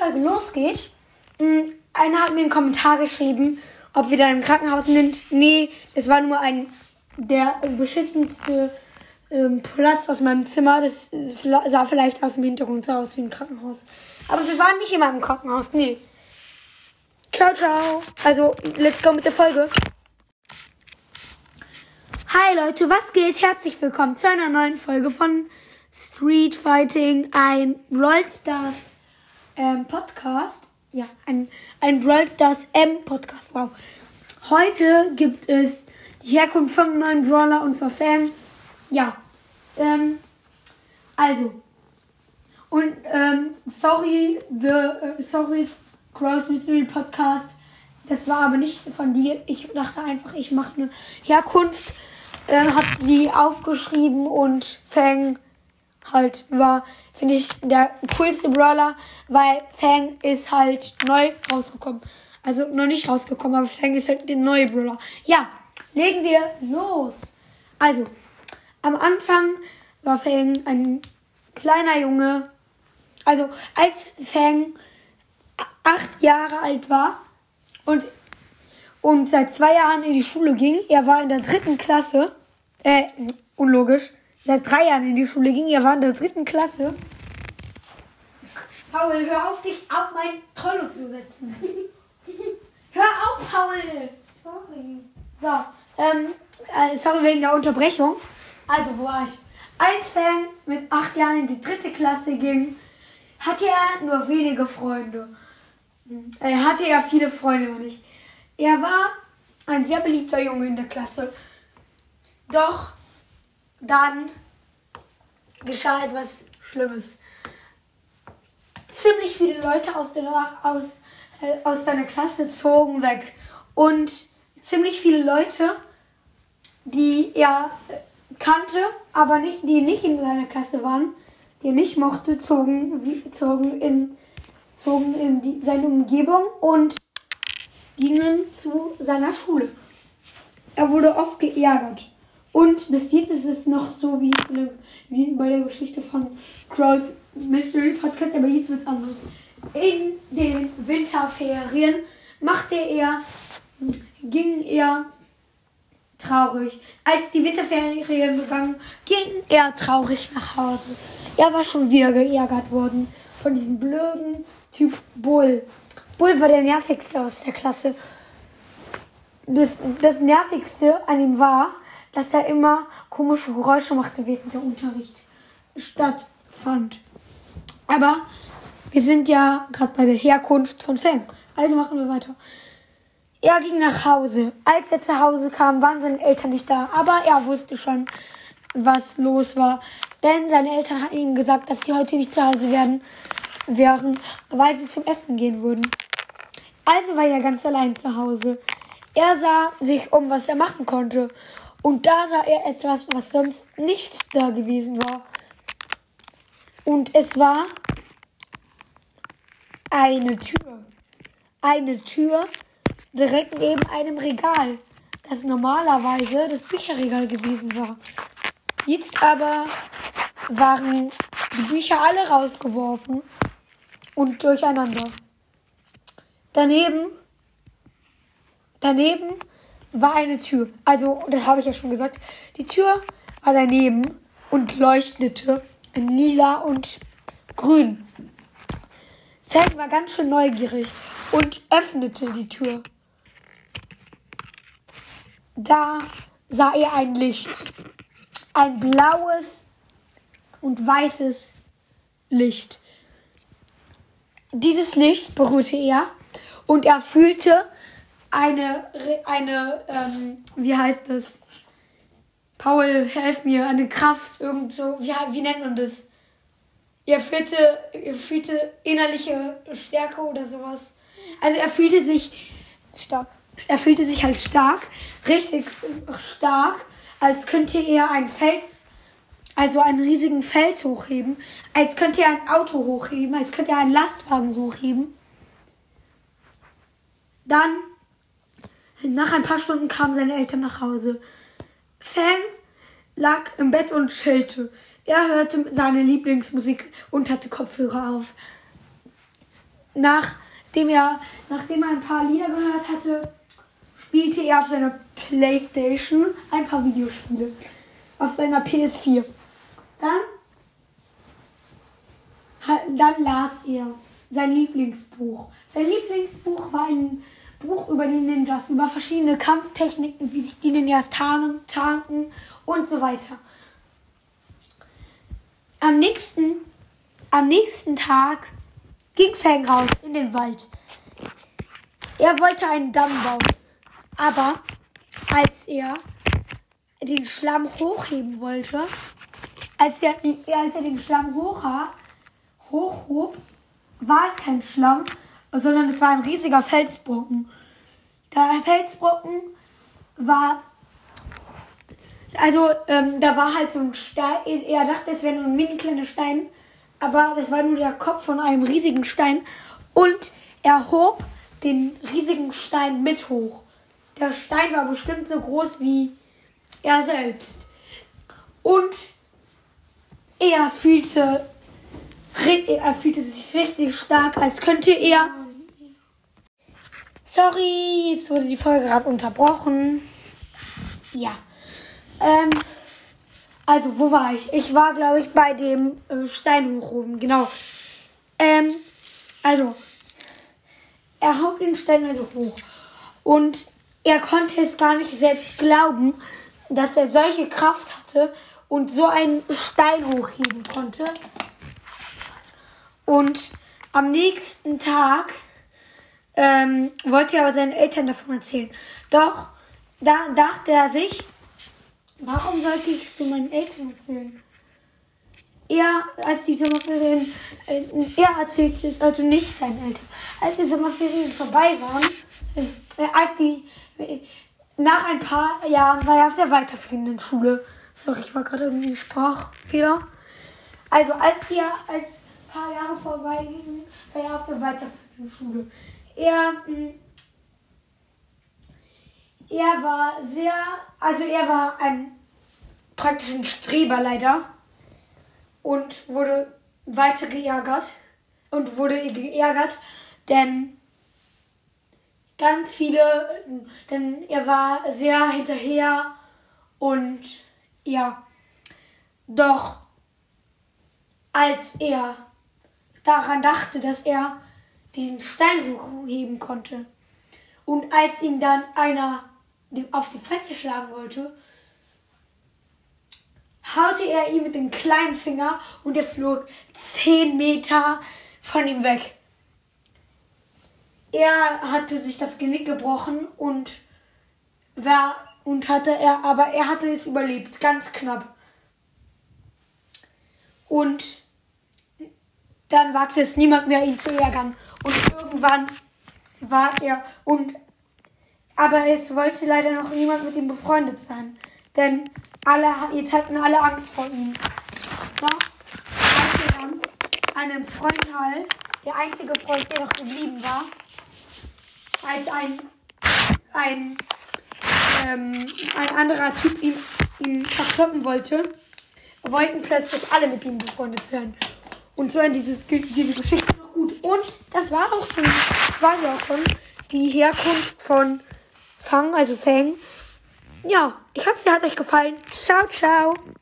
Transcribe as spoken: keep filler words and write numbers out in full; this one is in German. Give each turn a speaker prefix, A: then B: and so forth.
A: Folge losgeht, mh, einer hat mir einen Kommentar geschrieben, ob wir da im Krankenhaus sind. Nee, es war nur ein der beschissenste ähm, Platz aus meinem Zimmer. Das sah vielleicht aus dem Hintergrund so aus wie ein Krankenhaus. Aber wir waren nicht immer im Krankenhaus, nee. Ciao, ciao. Also, let's go mit der Folge. Hi Leute, was geht? Herzlich willkommen zu einer neuen Folge von Street Fighting, ein Brawl Stars ähm, Podcast. Ja, ein, ein Brawl Stars M Podcast, wow. Heute gibt es die Herkunft vom neuen Brawler und zwar Fang. Ja, ähm, also. Und, ähm, sorry, the, uh, sorry, Gross Mystery Podcast. Das war aber nicht von dir. Ich dachte einfach, ich mache eine Herkunft. Ähm, hab die aufgeschrieben und Fang halt war, finde ich, der coolste Brawler, weil Fang ist halt neu rausgekommen. Also noch nicht rausgekommen, aber Fang ist halt der neue Brawler. Ja, legen wir los. Also, am Anfang war Fang ein kleiner Junge. Also, als Fang acht Jahre alt war und und seit zwei Jahren in die Schule ging. Er war in der dritten Klasse. Äh, unlogisch. Seit drei Jahren in die Schule ging. Er war in der dritten Klasse. Paul, hör auf, dich auf meinen Trollo zu setzen. Hör auf, Paul. Sorry. So, ähm, äh, sorry wegen der Unterbrechung. Also, wo war ich? Als Fang mit acht Jahren in die dritte Klasse ging, hatte er nur wenige Freunde. Er hatte ja viele Freunde, noch nicht. Er war ein sehr beliebter Junge in der Klasse. Doch dann geschah etwas Schlimmes. Ziemlich viele Leute aus, der, aus, äh, aus seiner Klasse zogen weg. Und ziemlich viele Leute, die er kannte, aber nicht, die nicht in seiner Klasse waren, die er nicht mochte, zogen, zogen in, zogen in die, seine Umgebung und gingen zu seiner Schule. Er wurde oft geärgert. Und bis jetzt ist es noch so wie, wie bei der Geschichte von Crow's Mystery Podcast, aber jetzt wird es anders. In den Winterferien machte er, ging er traurig. Als die Winterferien begannen, ging er traurig nach Hause. Er war schon wieder geärgert worden von diesem blöden Typ Bull. Bull war der nervigste aus der Klasse. Das, das Nervigste an ihm war, dass er immer komische Geräusche machte, während der Unterricht stattfand. Aber wir sind ja gerade bei der Herkunft von Fang. Also machen wir weiter. Er ging nach Hause. Als er zu Hause kam, waren seine Eltern nicht da. Aber er wusste schon, was los war. Denn seine Eltern hatten ihm gesagt, dass sie heute nicht zu Hause werden, wären, weil sie zum Essen gehen würden. Also war er ganz allein zu Hause. Er sah sich um, was er machen konnte. Und da sah er etwas, was sonst nicht da gewesen war. Und es war eine Tür. Eine Tür direkt neben einem Regal, das normalerweise das Bücherregal gewesen war. Jetzt aber waren die Bücher alle rausgeworfen und durcheinander. Daneben, daneben war eine Tür. Also, das habe ich ja schon gesagt. Die Tür war daneben und leuchtete in lila und grün. Fang war ganz schön neugierig und öffnete die Tür. Da sah er ein Licht. Ein blaues und weißes Licht. Dieses Licht berührte er und er fühlte eine, eine, ähm, wie heißt das? Paul, helf mir, eine Kraft, irgend so, wie, wie nennt man das? Er fühlte, er fühlte innerliche Stärke oder sowas. Also er fühlte sich stark. Er fühlte sich halt stark, richtig stark, als könnte er ein Fels, also einen riesigen Fels hochheben, als könnte er ein Auto hochheben, als könnte er einen Lastwagen hochheben. Dann, nach ein paar Stunden kamen seine Eltern nach Hause. Fang lag im Bett und chillte. Er hörte seine Lieblingsmusik und hatte Kopfhörer auf. nachdem er, nachdem er ein paar Lieder gehört hatte, spielte er auf seiner Playstation ein paar Videospiele. Auf seiner P S vier. Dann, dann las er sein Lieblingsbuch. Sein Lieblingsbuch war ein Buch über die Ninjas, über verschiedene Kampftechniken, wie sich die Ninjas tarnen, tarnten und so weiter. Am nächsten, am nächsten Tag ging Fang raus in den Wald. Er wollte einen Damm bauen, aber als er den Schlamm hochheben wollte, als er, als er den Schlamm hochha, hochhob, war es kein Schlamm, sondern es war ein riesiger Felsbrocken. Der Felsbrocken war, also ähm, da war halt so ein Stein, er dachte, es wäre nur ein mini kleiner Stein, aber das war nur der Kopf von einem riesigen Stein und er hob den riesigen Stein mit hoch. Der Stein war bestimmt so groß wie er selbst. Und er fühlte, er fühlte sich richtig stark, als könnte er... Sorry, jetzt wurde die Folge gerade unterbrochen. Ja. Ähm, also, wo war ich? Ich war, glaube ich, bei dem äh, Stein hochhoben. Genau. Ähm, also, er hob den Stein also hoch. Und er konnte es gar nicht selbst glauben, dass er solche Kraft hatte und so einen Stein hochheben konnte. Und am nächsten Tag ähm, wollte er aber seinen Eltern davon erzählen. Doch da dachte er sich, warum sollte ich es zu meinen Eltern erzählen? Er, als die Sommerferien, äh, er erzählte es also nicht seinen Eltern. Als die Sommerferien vorbei waren, äh, als die, äh, nach ein paar Jahren war er auf der weiterführenden Schule. Sorry, ich war gerade irgendwie Sprachfehler. Also als er, als ein paar Jahre vorbeigingen, war er auf der weiterführenden Schule. Er, mh, er war sehr, also er war ein praktisch ein Streber leider und wurde weiter geärgert und wurde geärgert, denn ganz viele, denn er war sehr hinterher und ja, doch als er daran dachte, dass er diesen Stein hochheben konnte und als ihm dann einer auf die Fresse schlagen wollte, haute er ihn mit dem kleinen Finger und er flog zehn Meter von ihm weg. Er hatte sich das Genick gebrochen und war und hatte er, aber er hatte es überlebt, ganz knapp. Und dann wagte es niemand mehr, ihn zu ärgern. Und irgendwann war er und aber es wollte leider noch niemand mit ihm befreundet sein, denn alle jetzt hatten alle Angst vor ihm. Doch als er dann einem Freund half, der einzige Freund, der noch geblieben war, als ein ein ähm, ein anderer Typ ihn, ihn verkloppen wollte, wollten plötzlich alle mit ihm befreundet sein. Und so in dieses, diese Geschichte noch gut. Und das war auch schon, das war ja auch schon die Herkunft von Fang, also Fang. Ja, ich hoffe, sie hat euch gefallen. Ciao, ciao.